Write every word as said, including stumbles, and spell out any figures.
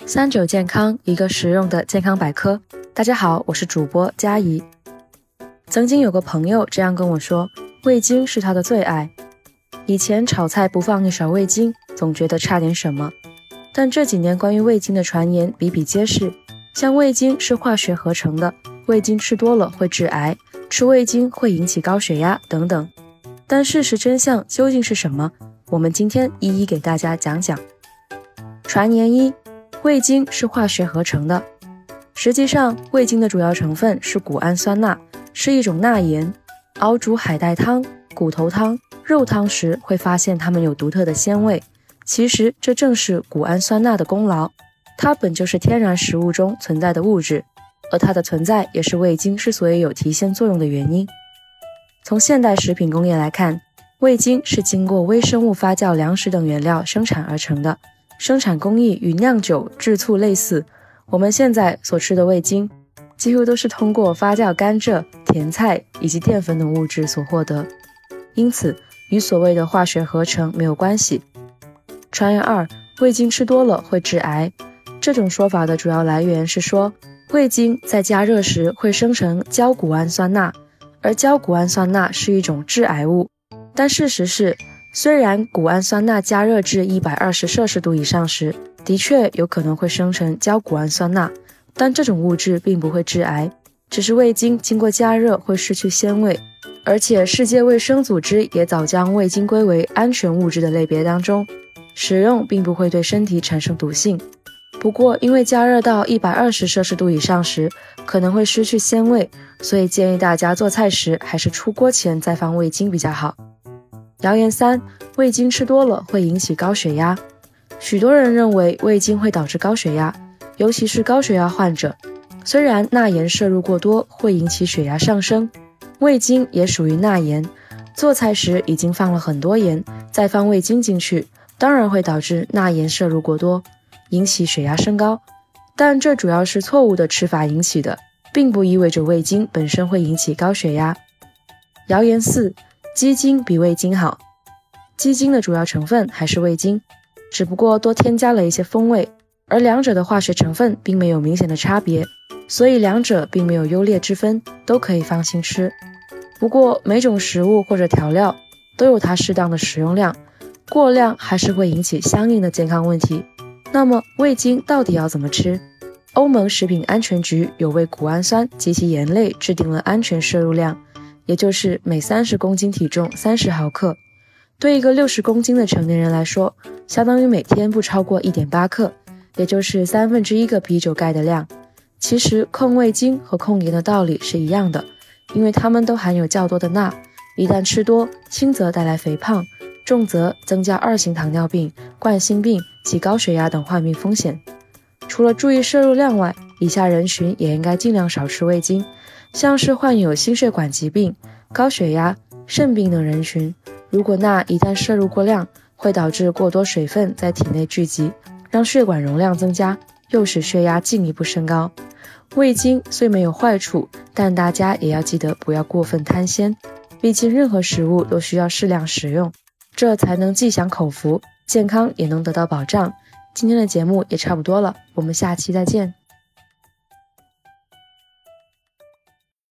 三九健康，一个实用的健康百科。大家好，我是主播佳怡。曾经有个朋友这样跟我说，味精是他的最爱。以前炒菜不放一勺味精，总觉得差点什么。但这几年关于味精的传言比比皆是，像味精是化学合成的，味精吃多了会致癌，吃味精会引起高血压等等。但事实真相究竟是什么？我们今天一一给大家讲讲。传言一，味精是化学合成的。实际上，味精的主要成分是谷氨酸钠，是一种钠盐。熬煮海带汤、骨头汤、肉汤时会发现它们有独特的鲜味，其实这正是谷氨酸钠的功劳。它本就是天然食物中存在的物质，而它的存在也是味精之所以有提鲜作用的原因。从现代食品工业来看，味精是经过微生物发酵粮食等原料生产而成的，生产工艺与酿酒、制醋类似。我们现在所吃的味精几乎都是通过发酵甘蔗、甜菜以及淀粉等物质所获得，因此与所谓的化学合成没有关系。传言二，味精吃多了会致癌。这种说法的主要来源是说，味精在加热时会生成焦谷氨酸钠，而焦谷氨酸钠是一种致癌物。但事实是，虽然谷氨酸钠加热至一百二十摄氏度以上时，的确有可能会生成焦谷氨酸钠，但这种物质并不会致癌，只是味精经过加热会失去鲜味。而且世界卫生组织也早将味精归为安全物质的类别当中，使用并不会对身体产生毒性。不过因为加热到一百二十摄氏度以上时可能会失去鲜味，所以建议大家做菜时还是出锅前再放味精比较好。谣言三，味精吃多了会引起高血压。许多人认为味精会导致高血压，尤其是高血压患者。虽然钠盐摄入过多会引起血压上升，味精也属于钠盐，做菜时已经放了很多盐，再放味精进去，当然会导致钠盐摄入过多，引起血压升高。但这主要是错误的吃法引起的，并不意味着味精本身会引起高血压。谣言四，鸡精比味精好。鸡精的主要成分还是味精，只不过多添加了一些风味，而两者的化学成分并没有明显的差别，所以两者并没有优劣之分，都可以放心吃。不过每种食物或者调料都有它适当的食用量，过量还是会引起相应的健康问题。那么味精到底要怎么吃？欧盟食品安全局有为谷氨酸及其盐类制定了安全摄入量，也就是每三十公斤体重三十毫克。对一个六十公斤的成年人来说，相当于每天不超过 一点八克，也就是三分之一个啤酒盖的量。其实控味精和控盐的道理是一样的，因为它们都含有较多的钠，一旦吃多，轻则带来肥胖，重则增加二型糖尿病、冠心病及高血压等患病风险。除了注意摄入量外，以下人群也应该尽量少吃味精，像是患有心血管疾病、高血压、肾病等人群，如果钠一旦摄入过量，会导致过多水分在体内聚集，让血管容量增加，又使血压进一步升高。味精虽没有坏处，但大家也要记得不要过分贪鲜，毕竟任何食物都需要适量食用，这才能既享口福，健康也能得到保障。今天的节目也差不多了，我们下期再见。